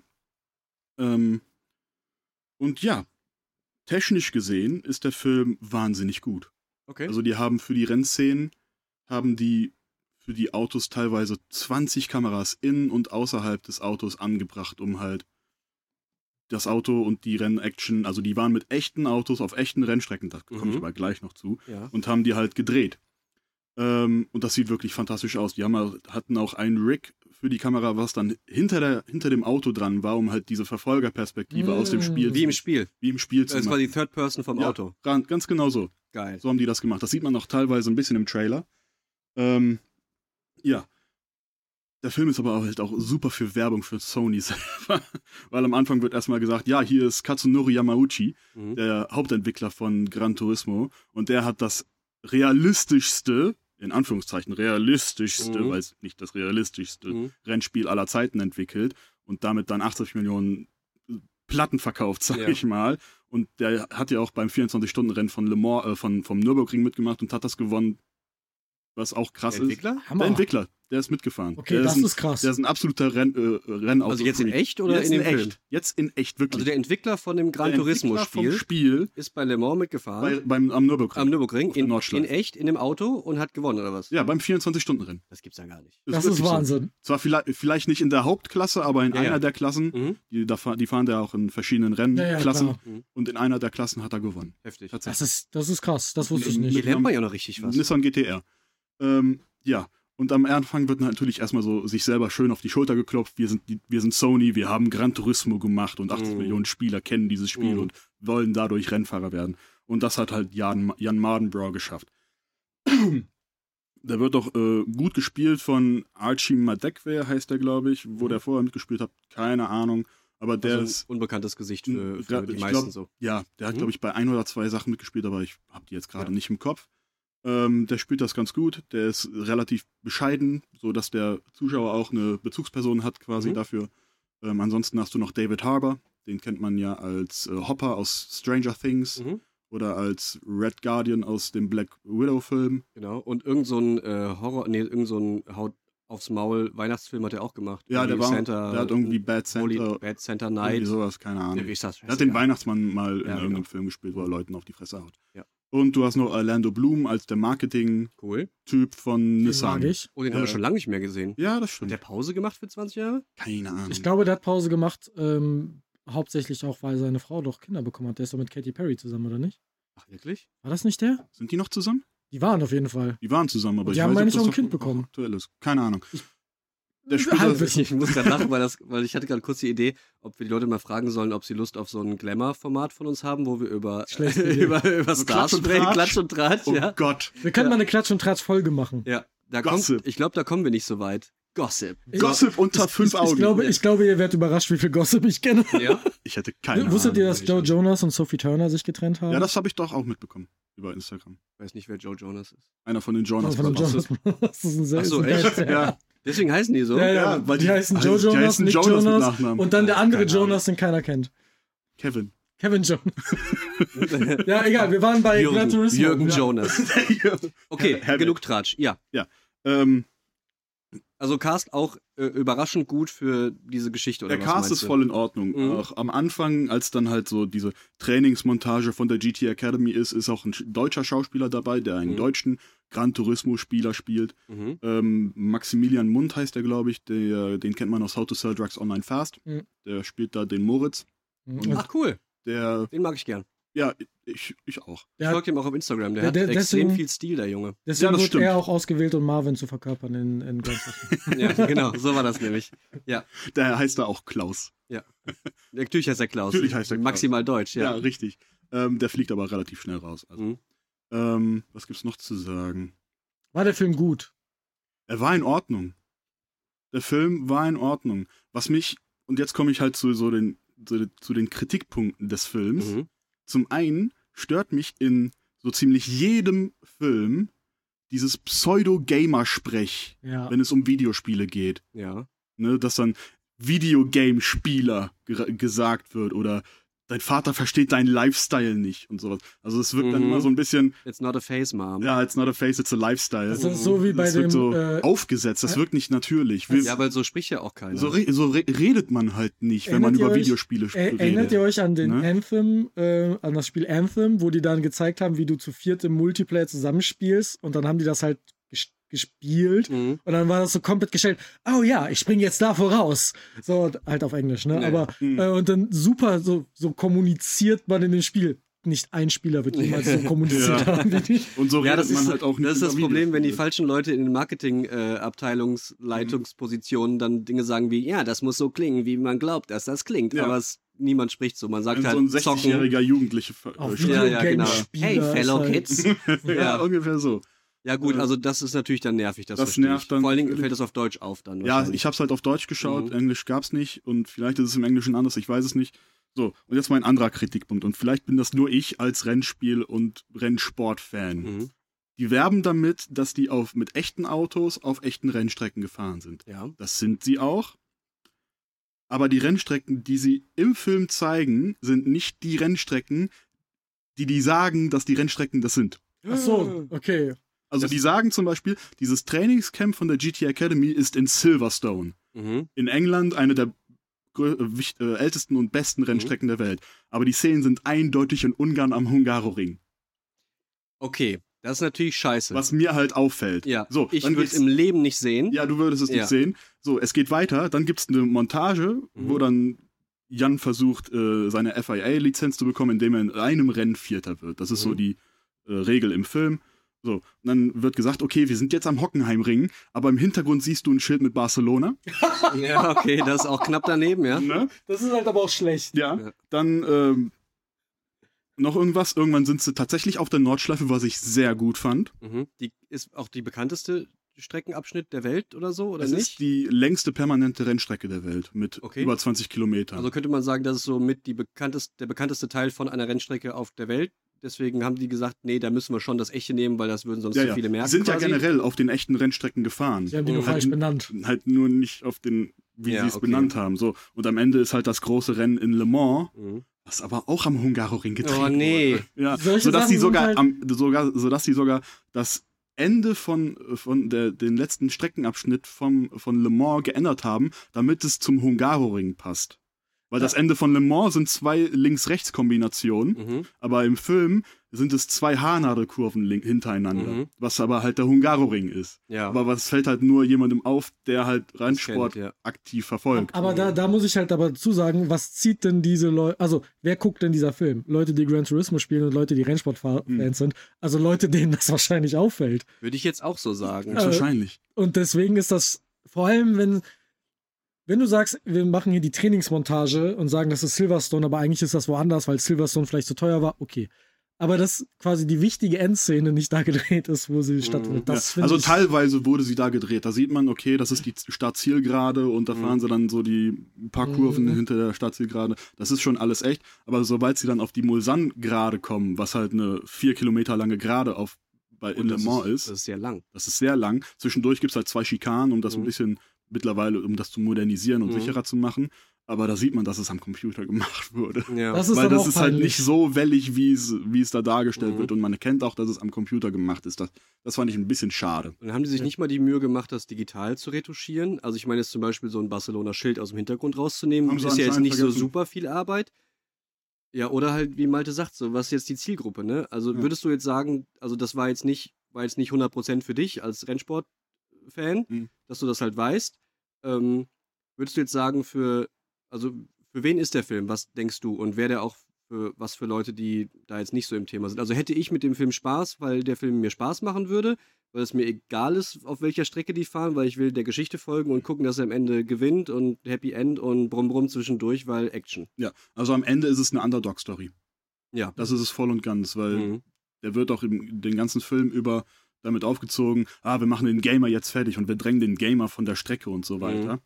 Und ja, technisch gesehen ist der Film wahnsinnig gut. Okay. Also die haben für die Rennszenen, haben die für die Autos teilweise 20 Kameras in und außerhalb des Autos angebracht, um halt das Auto und die Rennaction, also die waren mit echten Autos auf echten Rennstrecken, da komme ich aber gleich noch zu, ja. und haben die halt gedreht. Und das sieht wirklich fantastisch aus. Die hatten auch einen Rig für die Kamera, was dann hinter dem Auto dran war, um halt diese Verfolgerperspektive aus dem Spiel Wie im Spiel. wie im Spiel zu Das war machen. die Third Person vom Ja, Auto. Ganz genau so. Geil. So haben die das gemacht. Das sieht man auch teilweise ein bisschen im Trailer. Ja. Der Film ist aber halt auch super für Werbung für Sony selber. Weil am Anfang wird erstmal gesagt, ja, hier ist Katsunori Yamauchi, der Hauptentwickler von Gran Turismo. Und der hat das realistischste, in Anführungszeichen weil es nicht das realistischste Rennspiel aller Zeiten entwickelt. Und damit dann 80 Millionen Platten verkauft, sag ich mal. Und der hat ja auch beim 24-Stunden-Rennen von Le Mans, vom Nürburgring mitgemacht und hat das gewonnen. Was auch krass ist. Der Entwickler, der ist mitgefahren. Okay, das ist krass. Der ist ein absoluter Rennauto. Also jetzt in echt oder jetzt in dem Film? Jetzt in echt, wirklich. Also der Entwickler von dem Gran Turismo-Spiel ist bei Le Mans mitgefahren. Am Nürburgring. Am Nürburgring, in echt, in dem Auto und hat gewonnen, oder was? Ja, beim 24-Stunden-Rennen. Das gibt's ja gar nicht. Das ist Wahnsinn. So. Zwar vielleicht nicht in der Hauptklasse, aber in einer der Klassen. Die fahren ja auch in verschiedenen Rennklassen. Und in einer der Klassen hat er gewonnen. Heftig. Das ist krass, das wusste ich nicht. Hier lernt man ja noch richtig was. Nissan GT-R. Ja, und am Anfang wird natürlich erstmal so sich selber schön auf die Schulter geklopft. Wir sind Sony, wir haben Gran Turismo gemacht und 80 Millionen Spieler kennen dieses Spiel und wollen dadurch Rennfahrer werden. Und das hat halt Jan Mardenborough geschafft. Der wird auch gut gespielt von Archie Madekwe, heißt der, glaube ich. Wo der vorher mitgespielt hat, keine Ahnung. Aber der also ist ein unbekanntes Gesicht für die meisten so. Ja, der hat, glaube ich, bei 1 oder 2 Sachen mitgespielt, aber ich habe die jetzt gerade nicht im Kopf. Der spielt das ganz gut. Der ist relativ bescheiden, sodass der Zuschauer auch eine Bezugsperson hat quasi dafür. Ansonsten hast du noch David Harbour. Den kennt man ja als Hopper aus Stranger Things oder als Red Guardian aus dem Black Widow-Film. Genau. Und irgend so ein irgend so ein Haut aufs Maul Weihnachtsfilm hat er auch gemacht. Ja, der hat irgendwie Bad Santa Night. Irgendwie sowas, keine Ahnung. Wie ist das? Er hat den Weihnachtsmann mal in irgendeinem Film gespielt, wo er Leuten auf die Fresse haut. Ja. Und du hast noch Orlando Bloom als der Marketing-Typ von Nissan. Oh, den haben wir schon lange nicht mehr gesehen. Ja, das stimmt. Hat der Pause gemacht für 20 Jahre? Keine Ahnung. Ich glaube, der hat Pause gemacht, hauptsächlich auch, weil seine Frau doch Kinder bekommen hat. Der ist doch mit Katy Perry zusammen, oder nicht? Ach, wirklich? War das nicht der? Sind die noch zusammen? Die waren auf jeden Fall. Die waren zusammen, aber die ich haben, weiß meine nicht, ich, ob auch das ein Kind bekommen. Aktuell ist. Keine Ahnung. Der spielt Halbwissen. Ich muss gerade lachen, weil ich hatte gerade kurz die Idee, ob wir die Leute mal fragen sollen, ob sie Lust auf so ein Glamour-Format von uns haben, wo wir über Stars sprechen, Klatsch und Tratsch. Oh Gott. Wir können mal eine Klatsch- und Tratsch-Folge machen. Ja, ich glaube, da kommen wir nicht so weit. Gossip unter 5 Augen. Ich glaube, ihr werdet überrascht, wie viel Gossip ich kenne. Ja? Ich hätte keine Ahnung. Wusstet ihr, dass Joe Jonas und Sophie Turner sich getrennt haben? Ja, das habe ich doch auch mitbekommen. Über Instagram. Ich weiß nicht, wer Joe Jonas ist. Einer von den Jonas Brothers. Das ist ein sehr Ach so, echt? Ja. Deswegen heißen die so? Ja, weil die heißen Joe Jonas, Nick Jonas und dann der andere Jonas, den keiner kennt. Kevin Jonas. Ja, egal, wir waren bei Gran Turismo. Jürgen Jonas. Okay, genug Tratsch. Ja. Also Cast auch überraschend gut für diese Geschichte, oder der was Cast ist voll in Ordnung. Auch am Anfang, als dann halt so diese Trainingsmontage von der GT Academy ist auch ein deutscher Schauspieler dabei, der einen deutschen Gran Turismo-Spieler spielt. Maximilian Mund heißt der, glaube ich. Den kennt man aus How to Sell Drugs Online Fast. Der spielt da den Moritz. Ach, cool. Den mag ich gern. Ja, ich auch. Ich folge ihm auch auf Instagram. Der hat extrem viel Stil, der Junge. Deswegen wurde er auch ausgewählt, um Marvin zu verkörpern in Gran Turismo. Ja, genau. So war das nämlich. Ja. Der heißt da auch Klaus. Ja. Natürlich heißt er Klaus. Natürlich heißt er Klaus. Maximal deutsch, ja. Ja, richtig. Der fliegt aber relativ schnell raus. Also. Was gibt's noch zu sagen? War der Film gut? Er war in Ordnung. Der Film war in Ordnung. Was mich, und jetzt komme ich halt zu den Kritikpunkten des Films. Zum einen stört mich in so ziemlich jedem Film dieses Pseudo-Gamer-Sprech, wenn es um Videospiele geht. Ja. Ne, dass dann Videogame-Spieler gesagt wird oder dein Vater versteht deinen Lifestyle nicht und sowas. Also es wirkt dann immer so ein bisschen... It's not a face, Mom. Ja, it's not a face, it's a lifestyle. Das ist so wie bei dem... Das wird so aufgesetzt, das wirkt nicht natürlich. Ja, weil so spricht ja auch keiner. So redet man halt nicht, wenn man über Videospiele redet. Erinnert ihr euch an den Anthem, an das Spiel Anthem, wo die dann gezeigt haben, wie du zu viert im Multiplayer zusammenspielst und dann haben die das halt gespielt und dann war das so komplett gestellt, oh ja, ich springe jetzt da voraus. So, halt auf Englisch, ne? Aber und dann super so kommuniziert man in dem Spiel. Nicht ein Spieler wird jemals so kommuniziert haben wie die. Und so redet man halt auch nicht. Das ist das Problem, wenn die falschen Leute in den Marketing-Abteilungsleitungspositionen dann Dinge sagen wie, ja, das muss so klingen, wie man glaubt, dass das klingt. Aber niemand spricht so. Man sagt halt, so ein 60-jähriger Jugendliche. Ja, genau. Hey, fellow halt. kids. Ja, ungefähr so. Ja gut, also das ist natürlich dann nervig. Das verstehe nervt ich. dann. Vor allen Dingen fällt das auf Deutsch auf dann. Ja, ich habe es halt auf Deutsch geschaut, Englisch gab's nicht und vielleicht ist es im Englischen anders, ich weiß es nicht. So, und jetzt mein anderer Kritikpunkt und vielleicht bin das nur ich als Rennspiel- und Rennsport-Fan. Mhm. Die werben damit, dass die mit echten Autos auf echten Rennstrecken gefahren sind. Ja. Das sind sie auch. Aber die Rennstrecken, die sie im Film zeigen, sind nicht die Rennstrecken, die sagen, dass die Rennstrecken das sind. Ach so, okay. Also die sagen zum Beispiel, dieses Trainingscamp von der GT Academy ist in Silverstone. Mhm. In England eine der ältesten und besten Rennstrecken der Welt. Aber die Szenen sind eindeutig in Ungarn am Hungaroring. Okay, das ist natürlich scheiße. Was mir halt auffällt. Ja, so, ich würde es im Leben nicht sehen. Ja, du würdest es nicht sehen. So, es geht weiter. Dann gibt es eine Montage, wo dann Jan versucht, seine FIA-Lizenz zu bekommen, indem er in einem Rennen Vierter wird. Das ist so die Regel im Film. So, und dann wird gesagt, okay, wir sind jetzt am Hockenheimring, aber im Hintergrund siehst du ein Schild mit Barcelona. Ja, okay, das ist auch knapp daneben, ja. Ne? Das ist halt aber auch schlecht. Ja. Dann noch irgendwas. Irgendwann sind sie tatsächlich auf der Nordschleife, was ich sehr gut fand. Mhm. Die ist auch die bekannteste Streckenabschnitt der Welt oder so, oder Es nicht? ist die längste permanente Rennstrecke der Welt mit über 20 Kilometern. Also könnte man sagen, das ist so mit der bekannteste Teil von einer Rennstrecke auf der Welt. Deswegen haben die gesagt, nee, da müssen wir schon das echte nehmen, weil das würden sonst zu viele merken. Die sind quasi. ja generell auf den echten Rennstrecken gefahren. Sie haben die nur falsch benannt. Halt nur nicht auf den, wie sie es benannt haben. So. Und am Ende ist halt das große Rennen in Le Mans, was aber auch am Hungaroring gedreht wurde. Ja, sodass sie sogar das Ende von den letzten Streckenabschnitt von Le Mans geändert haben, damit es zum Hungaroring passt. Weil das Ende von Le Mans sind 2 Links-Rechts-Kombinationen, aber im Film sind es 2 Haarnadelkurven hintereinander, was aber halt der Hungaroring ist. Ja. Aber was fällt halt nur jemandem auf, der halt Rennsport aktiv verfolgt. Aber da muss ich halt aber dazu sagen, was zieht denn diese Leute, also wer guckt denn dieser Film? Leute, die Gran Turismo spielen und Leute, die Rennsport-Fans sind. Also Leute, denen das wahrscheinlich auffällt. Würde ich jetzt auch so sagen. Wahrscheinlich. Und deswegen ist das, vor allem wenn du sagst, wir machen hier die Trainingsmontage und sagen, das ist Silverstone, aber eigentlich ist das woanders, weil Silverstone vielleicht zu teuer war, okay. Aber dass quasi die wichtige Endszene nicht da gedreht ist, wo sie stattfindet. Das also teilweise wurde sie da gedreht. Da sieht man, okay, das ist die Startzielgerade und da fahren sie dann so die paar Kurven hinter der Startzielgerade. Das ist schon alles echt. Aber sobald sie dann auf die Mulsanne-Gerade kommen, was halt eine 4 Kilometer lange Gerade in Le Mans ist. Das ist sehr lang. Das ist sehr lang. Zwischendurch gibt es halt 2 Schikanen, um das ein bisschen mittlerweile, um das zu modernisieren und sicherer zu machen. Aber da sieht man, dass es am Computer gemacht wurde. Ja. Weil das ist halt nicht so wellig, wie es da dargestellt wird. Und man erkennt auch, dass es am Computer gemacht ist. Das fand ich ein bisschen schade. Und haben die sich nicht mal die Mühe gemacht, das digital zu retuschieren? Also ich meine jetzt zum Beispiel so ein Barcelona-Schild aus dem Hintergrund rauszunehmen. Das ist ja jetzt nicht so super viel Arbeit. Ja, oder halt, wie Malte sagt, so, was ist jetzt die Zielgruppe, ne? Also würdest du jetzt sagen, also das war jetzt nicht 100% für dich als Rennsport-Fan, dass du das halt weißt. Würdest du jetzt sagen, für wen ist der Film? Was denkst du? Und wäre der auch für Leute, die da jetzt nicht so im Thema sind? Also hätte ich mit dem Film Spaß, weil der Film mir Spaß machen würde, weil es mir egal ist, auf welcher Strecke die fahren, weil ich will der Geschichte folgen und gucken, dass er am Ende gewinnt und Happy End und Brumm zwischendurch, weil Action. Ja, also am Ende ist es eine Underdog-Story. Ja. Das ist es voll und ganz, weil der wird auch den ganzen Film über damit aufgezogen, wir machen den Gamer jetzt fertig und wir drängen den Gamer von der Strecke und so weiter.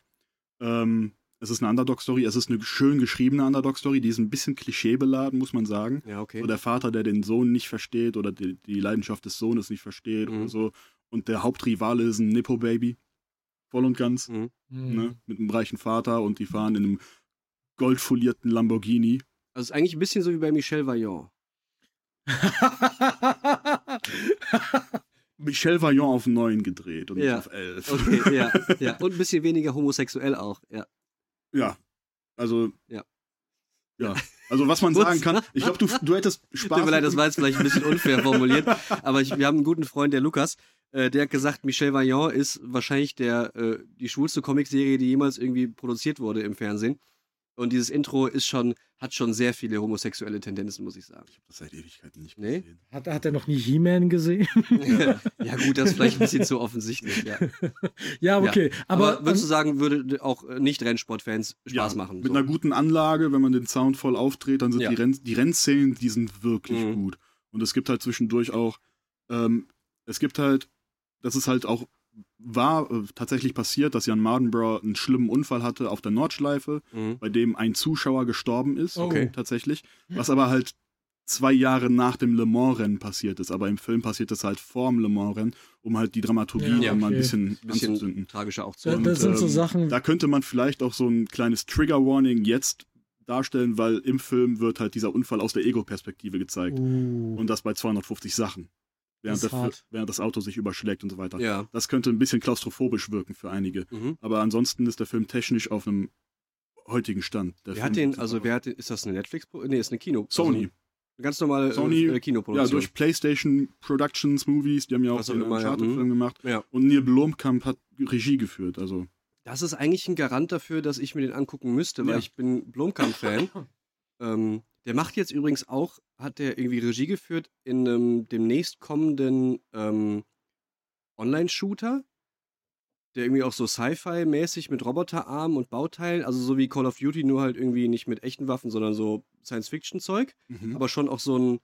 Es ist eine Underdog-Story, es ist eine schön geschriebene Underdog-Story, die ist ein bisschen klischeebeladen, muss man sagen. Ja, okay. So der Vater, der den Sohn nicht versteht oder die Leidenschaft des Sohnes nicht versteht oder so. Und der Hauptrivale ist ein Nippo-Baby. Voll und ganz. Ne? Mit einem reichen Vater und die fahren in einem goldfolierten Lamborghini. Also es ist eigentlich ein bisschen so wie bei Michel Vaillant. Michel Vaillant auf 9 gedreht und nicht auf 11. Okay, ja. Und ein bisschen weniger homosexuell auch, ja. Ja, also. Ja. Also, was man sagen kann, ich glaube, du hättest Spaß. Tut mir leid, das war jetzt vielleicht ein bisschen unfair formuliert, aber wir haben einen guten Freund, der Lukas, der hat gesagt, Michel Vaillant ist wahrscheinlich die schwulste Comicserie, die jemals irgendwie produziert wurde im Fernsehen. Und dieses Intro hat schon sehr viele homosexuelle Tendenzen, muss ich sagen. Ich habe das seit Ewigkeiten nicht gesehen. Hat er noch nie He-Man gesehen? Ja gut, das ist vielleicht ein bisschen zu offensichtlich, ja. Ja, okay. Ja. Aber würdest du sagen, würde auch Nicht-Rennsport-Fans Spaß machen? Mit einer guten Anlage, wenn man den Sound voll aufdreht, dann sind die Rennszenen, die sind wirklich gut. Und es gibt halt zwischendurch auch, es gibt halt, das ist halt auch, war tatsächlich passiert, dass Jan Mardenborough einen schlimmen Unfall hatte auf der Nordschleife, bei dem ein Zuschauer gestorben ist, tatsächlich, was aber halt 2 Jahre nach dem Le Mans-Rennen passiert ist, aber im Film passiert das halt vor dem Le Mans-Rennen, um halt die Dramaturgie mal ein bisschen anzuzünden. Tragischer auch zu machen. Das sind so Sachen. Da könnte man vielleicht auch so ein kleines Trigger-Warning jetzt darstellen, weil im Film wird halt dieser Unfall aus der Ego-Perspektive gezeigt. Und das bei 250 Sachen. Während das Auto sich überschlägt und so weiter. Ja. Das könnte ein bisschen klaustrophobisch wirken für einige. Aber ansonsten ist der Film technisch auf einem heutigen Stand. Ist das eine Netflix? Nee, ist eine Kino. Sony. Eine ganz normale Kinoproduktion. Ja, durch PlayStation Productions Movies, die haben ja auch den Uncharted-Film gemacht. Ja. Und Neil Blomkamp hat Regie geführt, also. Das ist eigentlich ein Garant dafür, dass ich mir den angucken müsste, weil ich bin Blomkamp-Fan. Der macht jetzt übrigens auch, hat der irgendwie Regie geführt in demnächst kommenden Online-Shooter, der irgendwie auch so Sci-Fi-mäßig mit Roboterarmen und Bauteilen, also so wie Call of Duty, nur halt irgendwie nicht mit echten Waffen, sondern so Science-Fiction-Zeug, aber schon auch so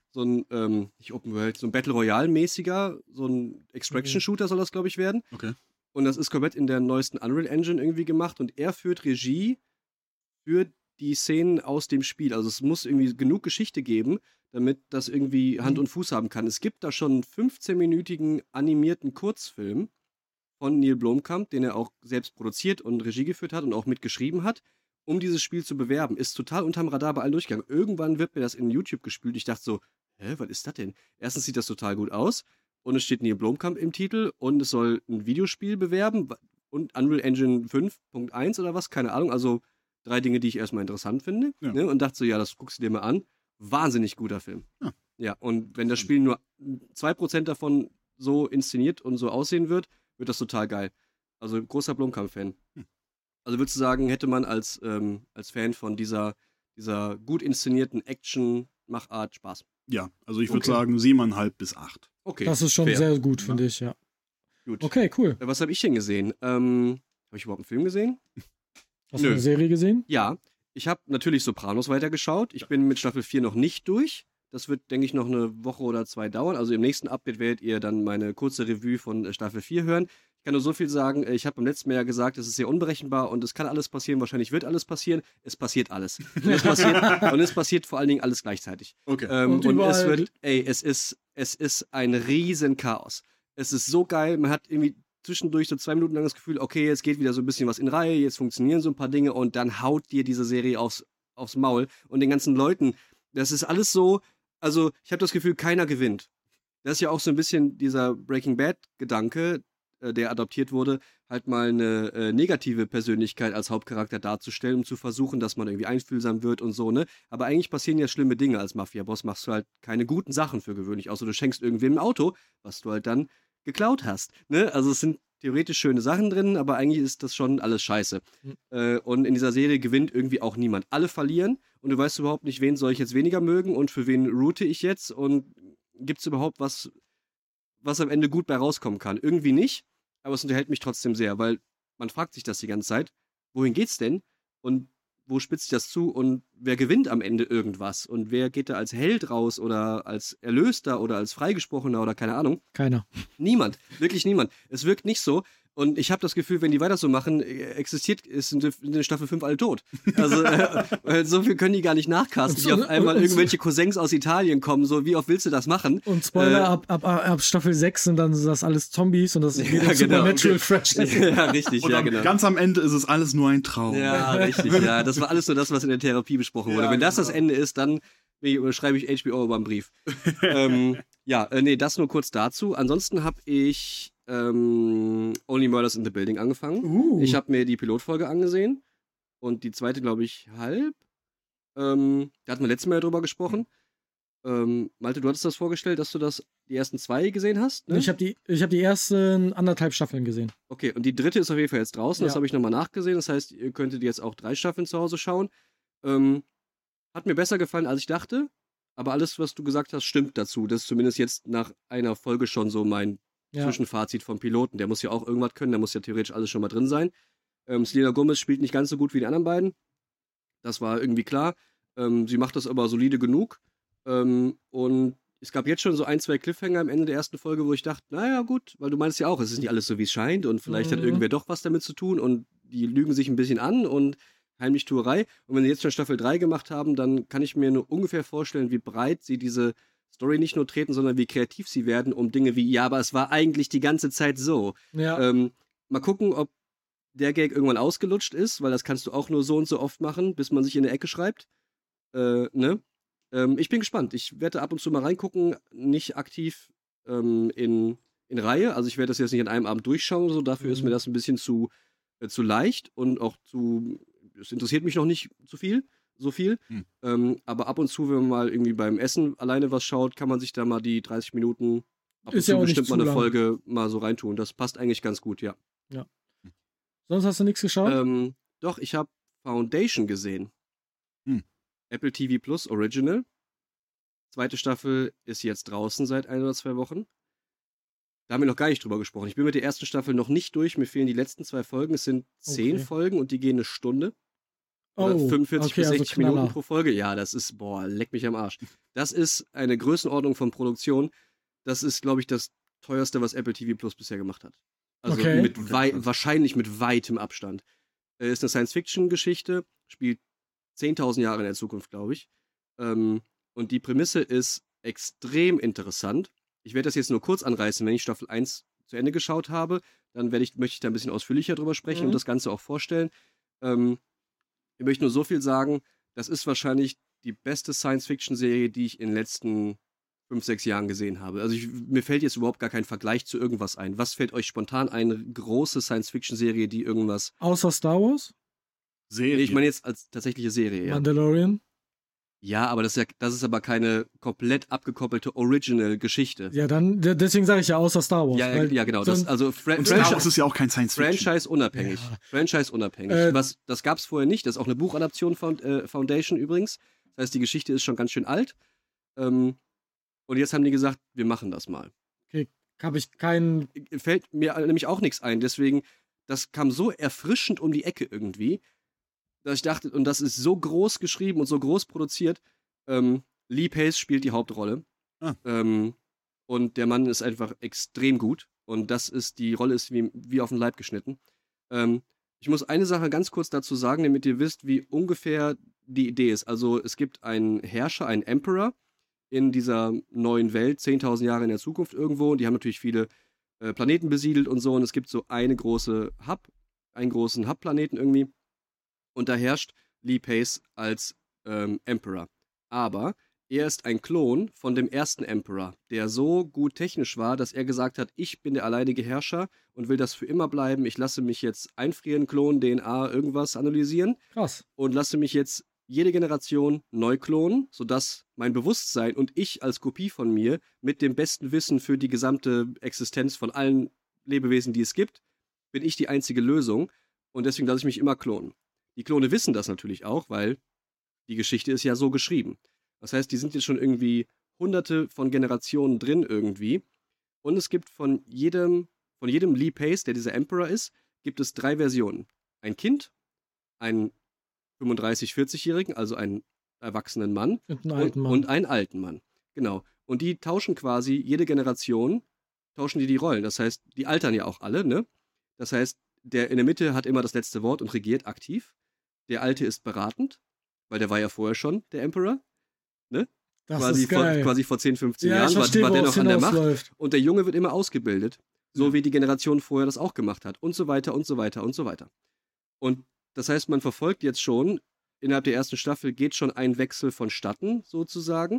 ein nicht Open World, so ein Battle Royale-mäßiger, so ein Extraction-Shooter soll das, glaube ich, werden. Okay. Und das ist komplett in der neuesten Unreal Engine irgendwie gemacht und er führt Regie für die Szenen aus dem Spiel. Also es muss irgendwie genug Geschichte geben, damit das irgendwie Hand und Fuß haben kann. Es gibt da schon einen 15-minütigen animierten Kurzfilm von Neil Blomkamp, den er auch selbst produziert und Regie geführt hat und auch mitgeschrieben hat, um dieses Spiel zu bewerben. Ist total unterm Radar bei allen durchgegangen. Irgendwann wird mir das in YouTube gespült. Ich dachte so, was ist das denn? Erstens sieht das total gut aus und es steht Neil Blomkamp im Titel und es soll ein Videospiel bewerben und Unreal Engine 5.1 oder was, keine Ahnung, also 3 Dinge, die ich erstmal interessant finde, ne? Und dachte so, ja, das guckst du dir mal an. Wahnsinnig guter Film. Ja, und wenn das Spiel nur 2% davon so inszeniert und so aussehen wird das total geil. Also großer Blomkamp-Fan. Also würdest du sagen, hätte man als Fan von dieser gut inszenierten Action-Machart Spaß? Ja, also ich würde sagen 7,5 bis 8. Okay. Das ist schon sehr gut, finde ich, ja. Gut. Okay, cool. Was habe ich denn gesehen? Habe ich überhaupt einen Film gesehen? Hast du eine Serie gesehen? Ja. Ich habe natürlich Sopranos weitergeschaut. Ich bin mit Staffel 4 noch nicht durch. Das wird, denke ich, noch eine Woche oder 2 dauern. Also im nächsten Update werdet ihr dann meine kurze Revue von Staffel 4 hören. Ich kann nur so viel sagen, ich habe beim letzten Mal ja gesagt, es ist sehr unberechenbar und es kann alles passieren, wahrscheinlich wird alles passieren. Es passiert alles. Und es passiert vor allen Dingen alles gleichzeitig. Okay. Und es ist ein riesen Chaos. Es ist so geil, man hat irgendwie zwischendurch so 2 Minuten lang das Gefühl, okay, jetzt geht wieder so ein bisschen was in Reihe, jetzt funktionieren so ein paar Dinge und dann haut dir diese Serie aufs Maul und den ganzen Leuten, das ist alles so, also ich habe das Gefühl, keiner gewinnt. Das ist ja auch so ein bisschen dieser Breaking Bad-Gedanke, der adoptiert wurde, halt mal eine negative Persönlichkeit als Hauptcharakter darzustellen, um zu versuchen, dass man irgendwie einfühlsam wird und so, ne? Aber eigentlich passieren ja schlimme Dinge als Mafia-Boss, machst du halt keine guten Sachen für gewöhnlich, außer du schenkst irgendwem ein Auto, was du halt dann geklaut hast, ne? Also es sind theoretisch schöne Sachen drin, aber eigentlich ist das schon alles scheiße. Und in dieser Serie gewinnt irgendwie auch niemand. Alle verlieren und du weißt überhaupt nicht, wen soll ich jetzt weniger mögen und für wen route ich jetzt und gibt es überhaupt was am Ende gut bei rauskommen kann? Irgendwie nicht, aber es unterhält mich trotzdem sehr, weil man fragt sich das die ganze Zeit, wohin geht's denn und wo spitzt sich das zu und wer gewinnt am Ende irgendwas und wer geht da als Held raus oder als Erlöster oder als Freigesprochener oder keine Ahnung? Keiner. Niemand, wirklich niemand. Es wirkt nicht so. Und ich habe das Gefühl, wenn die weiter so machen, ist in Staffel 5 alle tot. Also so viel können die gar nicht nachcasten, wie auf einmal irgendwelche Cousins aus Italien kommen. So, wie oft willst du das machen? Und Spoiler, ab Staffel 6 sind dann das alles Zombies und das ist wieder Supernatural Freshness. Ja, richtig, und genau. Ganz am Ende ist es alles nur ein Traum. Ja, richtig, ja. Das war alles nur das, was in der Therapie besprochen wurde. Wenn das Ende ist, dann schreibe ich HBO über einen Brief. Das nur kurz dazu. Ansonsten habe ich Only Murders in the Building angefangen. Ich habe mir die Pilotfolge angesehen und die zweite, glaube ich, halb. Da hatten wir letztes Mal drüber gesprochen. Malte, du hattest das vorgestellt, dass du die ersten 2 gesehen hast, ne? Ich habe die ersten 1,5 Staffeln gesehen. Okay, und die dritte ist auf jeden Fall jetzt draußen. Das habe ich nochmal nachgesehen. Das heißt, ihr könntet jetzt auch 3 Staffeln zu Hause schauen. Hat mir besser gefallen, als ich dachte. Aber alles, was du gesagt hast, stimmt dazu. Das ist zumindest jetzt nach einer Folge schon so mein Zwischenfazit vom Piloten. Der muss ja auch irgendwas können, der muss ja theoretisch alles schon mal drin sein. Selena Gomez spielt nicht ganz so gut wie die anderen beiden. Das war irgendwie klar. Sie macht das aber solide genug. Und es gab jetzt schon so 1, 2 Cliffhanger am Ende der ersten Folge, wo ich dachte, naja, gut, weil du meinst ja auch, es ist nicht alles so, wie es scheint und vielleicht hat irgendwer doch was damit zu tun und die lügen sich ein bisschen an und Heimlichtuerei. Und wenn sie jetzt schon Staffel 3 gemacht haben, dann kann ich mir nur ungefähr vorstellen, wie breit sie diese Story nicht nur treten, sondern wie kreativ sie werden, um Dinge wie, ja, aber es war eigentlich die ganze Zeit so. Ja. Mal gucken, ob der Gag irgendwann ausgelutscht ist, weil das kannst du auch nur so und so oft machen, bis man sich in eine Ecke schreibt. Ne? Ich bin gespannt. Ich werde ab und zu mal reingucken, nicht aktiv in Reihe. Also ich werde das jetzt nicht an einem Abend durchschauen oder so. Dafür ist mir das ein bisschen zu leicht und auch es interessiert mich noch nicht so viel. Aber ab und zu, wenn man mal irgendwie beim Essen alleine was schaut, kann man sich da mal die 30 Minuten ab und zu bestimmt mal eine Folge mal so reintun. Das passt eigentlich ganz gut, ja. Ja. Sonst hast du nichts geschaut? Doch, ich habe Foundation gesehen. Apple TV Plus Original. 2. Staffel ist jetzt draußen seit 1 oder 2 Wochen. Da haben wir noch gar nicht drüber gesprochen. Ich bin mit der ersten Staffel noch nicht durch. Mir fehlen die letzten 2 Folgen. Es sind 10 Folgen und die gehen 1 Stunde. Oder 45 bis 60 Minuten pro Folge. Ja, das ist, leck mich am Arsch. Das ist eine Größenordnung von Produktion. Das ist, glaube ich, das teuerste, was Apple TV Plus bisher gemacht hat. Also wahrscheinlich mit weitem Abstand. Ist eine Science-Fiction-Geschichte, spielt 10.000 Jahre in der Zukunft, glaube ich. Und die Prämisse ist extrem interessant. Ich werde das jetzt nur kurz anreißen, wenn ich Staffel 1 zu Ende geschaut habe. Dann möchte ich da ein bisschen ausführlicher drüber sprechen und das Ganze auch vorstellen. Ich möchte nur so viel sagen, das ist wahrscheinlich die beste Science-Fiction-Serie, die ich in den letzten 5, 6 Jahren gesehen habe. Also mir fällt jetzt überhaupt gar kein Vergleich zu irgendwas ein. Was fällt euch spontan ein? Eine große Science-Fiction-Serie, die irgendwas... Außer Star Wars? Serie? Nee, ich meine jetzt als tatsächliche Serie, ja. Mandalorian? Ja, aber das ist aber keine komplett abgekoppelte Original-Geschichte. Ja, dann, deswegen sage ich ja außer Star Wars. Ja, genau. Und Star Wars ist ja auch kein Science-Fiction. Franchise-unabhängig. Ja. Franchise-unabhängig. Das gab es vorher nicht. Das ist auch eine Buchadaption von Foundation übrigens. Das heißt, die Geschichte ist schon ganz schön alt. Und jetzt haben die gesagt, wir machen das mal. Okay, habe ich keinen... Fällt mir nämlich auch nichts ein. Deswegen, das kam so erfrischend um die Ecke irgendwie, dass ich dachte, und das ist so groß geschrieben und so groß produziert, Lee Pace spielt die Hauptrolle. Und der Mann ist einfach extrem gut. Und die Rolle ist wie auf den Leib geschnitten. Ich muss eine Sache ganz kurz dazu sagen, damit ihr wisst, wie ungefähr die Idee ist. Also es gibt einen Herrscher, einen Emperor in dieser neuen Welt, 10.000 Jahre in der Zukunft irgendwo. Und die haben natürlich viele Planeten besiedelt und so. Und es gibt so einen großen Hub-Planeten irgendwie. Und da herrscht Lee Pace als Emperor. Aber er ist ein Klon von dem ersten Emperor, der so gut technisch war, dass er gesagt hat, ich bin der alleinige Herrscher und will das für immer bleiben. Ich lasse mich jetzt einfrieren, klonen, DNA, irgendwas analysieren. Krass. Und lasse mich jetzt jede Generation neu klonen, sodass mein Bewusstsein und ich als Kopie von mir mit dem besten Wissen für die gesamte Existenz von allen Lebewesen, die es gibt, bin ich die einzige Lösung. Und deswegen lasse ich mich immer klonen. Die Klone wissen das natürlich auch, weil die Geschichte ist ja so geschrieben. Das heißt, die sind jetzt schon irgendwie hunderte von Generationen drin irgendwie. Und es gibt von jedem Lee Pace, der dieser Emperor ist, gibt es 3 Versionen. Ein Kind, einen 35-, 40-Jährigen, also einen erwachsenen Mann und einen alten Mann. Genau. Und die tauschen quasi jede Generation, tauschen die Rollen. Das heißt, die altern ja auch alle, ne? Das heißt, der in der Mitte hat immer das letzte Wort und regiert aktiv. Der Alte ist beratend, weil der war ja vorher schon der Emperor, ne? Das ist geil. Quasi vor 10, 15 Jahren war der noch an der Macht. Und der Junge wird immer ausgebildet, so wie die Generation vorher das auch gemacht hat. Und so weiter und so weiter und so weiter. Und das heißt, man verfolgt jetzt schon, innerhalb der ersten Staffel geht schon ein Wechsel vonstatten, sozusagen,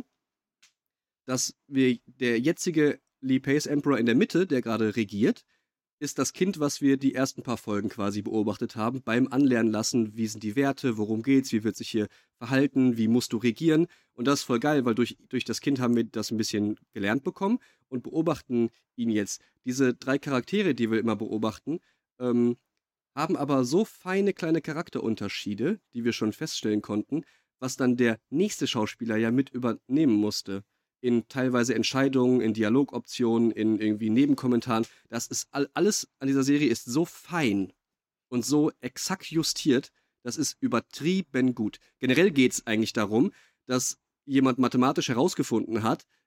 dass der jetzige Lee Pace Emperor in der Mitte, der gerade regiert, ist das Kind, was wir die ersten paar Folgen quasi beobachtet haben, beim Anlernen lassen, wie sind die Werte, worum geht's, wie wird sich hier verhalten, wie musst du regieren. Und das ist voll geil, weil durch das Kind haben wir das ein bisschen gelernt bekommen und beobachten ihn jetzt. Diese 3 Charaktere, die wir immer beobachten, haben aber so feine kleine Charakterunterschiede, die wir schon feststellen konnten, was dann der nächste Schauspieler ja mit übernehmen musste. In teilweise Entscheidungen, in Dialogoptionen, in irgendwie Nebenkommentaren. Das ist alles an dieser Serie ist so fein und so exakt justiert, das ist übertrieben gut. Generell geht es eigentlich darum, dass jemand mathematisch herausgefunden hat,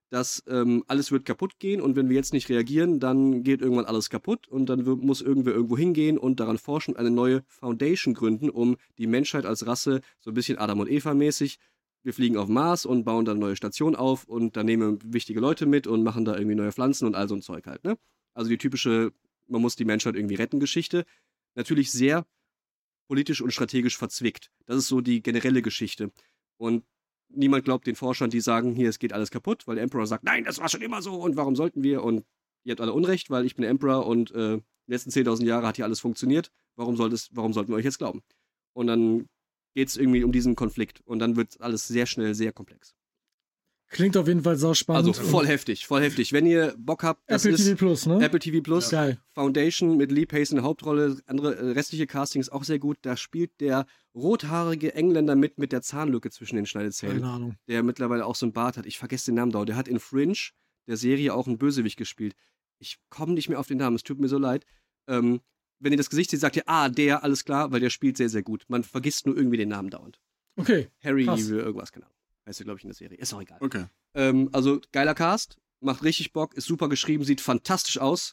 dass alles wird kaputt gehen und wenn wir jetzt nicht reagieren, dann geht irgendwann alles kaputt und dann muss irgendwer irgendwo hingehen und daran forschen, eine neue Foundation gründen, um die Menschheit als Rasse so ein bisschen Adam und Eva mäßig. Wir fliegen auf Mars und bauen dann eine neue Station auf und dann nehmen wir wichtige Leute mit und machen da irgendwie neue Pflanzen und all so ein Zeug halt, ne? Also die typische, man muss die Menschheit irgendwie retten Geschichte. Natürlich sehr politisch und strategisch verzwickt. Das ist so die generelle Geschichte. Und niemand glaubt den Forschern, die sagen, hier, es geht alles kaputt, weil der Emperor sagt, nein, das war schon immer so und warum sollten wir? Und ihr habt alle Unrecht, weil ich bin der Emperor und die letzten 10.000 Jahre hat hier alles funktioniert. Warum sollten wir euch jetzt glauben? Und dann geht es irgendwie um diesen Konflikt und dann wird alles sehr schnell sehr komplex. Klingt auf jeden Fall sau spannend. Also voll heftig. Wenn ihr Bock habt, das Apple ist TV Plus, ne? Apple TV Plus, Geil. Foundation mit Lee Pace in der Hauptrolle, andere restliche Casting ist auch sehr gut. Da spielt der rothaarige Engländer mit der Zahnlücke zwischen den Schneidezähnen, Keine Ahnung. der mittlerweile auch so einen Bart hat. Ich vergesse den Namen dauernd. Der hat in Fringe, der Serie, auch einen Bösewicht gespielt. Ich komme nicht mehr auf den Namen, es tut mir so leid. Wenn ihr das Gesicht seht, sagt ihr, der, alles klar, weil der spielt sehr, sehr gut. Man vergisst nur irgendwie den Namen dauernd. Okay. Harry, krass. Irgendwas, keine Ahnung. Heißt er, glaube ich, in der Serie. Ist auch egal. Okay. Also, geiler Cast, macht richtig Bock, ist super geschrieben, sieht fantastisch aus.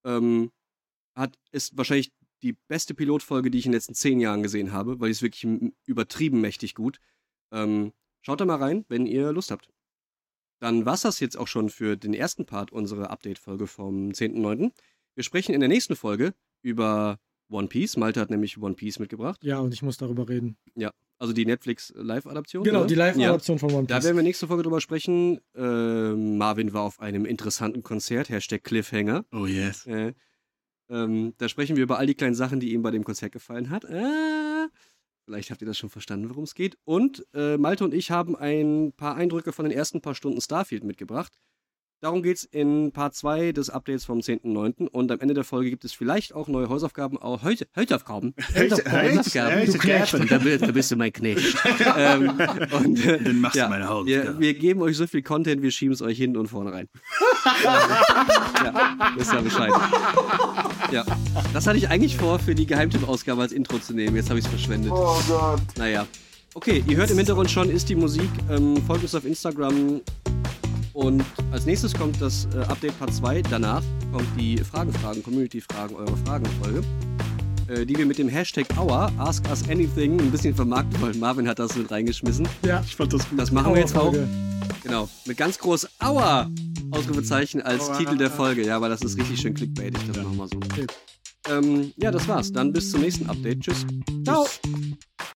Ist wahrscheinlich die beste Pilotfolge, die ich in den letzten 10 Jahren gesehen habe, weil die ist wirklich übertrieben mächtig gut. Schaut da mal rein, wenn ihr Lust habt. Dann war's das jetzt auch schon für den ersten Part unserer Update-Folge vom 10.9. Wir sprechen in der nächsten Folge über One Piece. Malte hat nämlich One Piece mitgebracht. Ja, und ich muss darüber reden. Ja, also die Netflix-Live-Adaption. Genau, oder? die Live-Adaption von One Piece. Da werden wir nächste Folge drüber sprechen. Marvin war auf einem interessanten Konzert, #Cliffhanger. Oh yes. Da sprechen wir über all die kleinen Sachen, die ihm bei dem Konzert gefallen hat. Vielleicht habt ihr das schon verstanden, worum es geht. Und Malte und ich haben ein paar Eindrücke von den ersten paar Stunden Starfield mitgebracht. Darum geht es in Part 2 des Updates vom 10.9. Und am Ende der Folge gibt es vielleicht auch neue Hausaufgaben. Hausaufgaben. Du Knecht. Da bist du mein Knecht. Dann machst du meine Hausaufgaben. Wir geben euch so viel Content, wir schieben es euch hinten und vorne rein. Ja, wisst ihr Bescheid. Ja, das hatte ich eigentlich vor, für die Geheimtipp-Ausgabe als Intro zu nehmen. Jetzt habe ich es verschwendet. Oh Gott. Naja. Okay, ihr hört im Hintergrund schon, ist die Musik. Folgt uns auf Instagram. Und als nächstes kommt das Update Part 2. Danach kommt die Community-Fragen, eure Fragen-Folge, die wir mit dem #Hour, Ask Us Anything, ein bisschen vermarkten wollen. Marvin hat das mit reingeschmissen. Ja. Ich fand das gut. Das machen wir jetzt auch. Folge. Genau. Mit ganz groß Aua! Ausrufezeichen als Titel der Folge. Ja, weil das ist richtig schön clickbaitig. Das machen wir so. Okay. Ja, das war's. Dann bis zum nächsten Update. Tschüss. Ciao.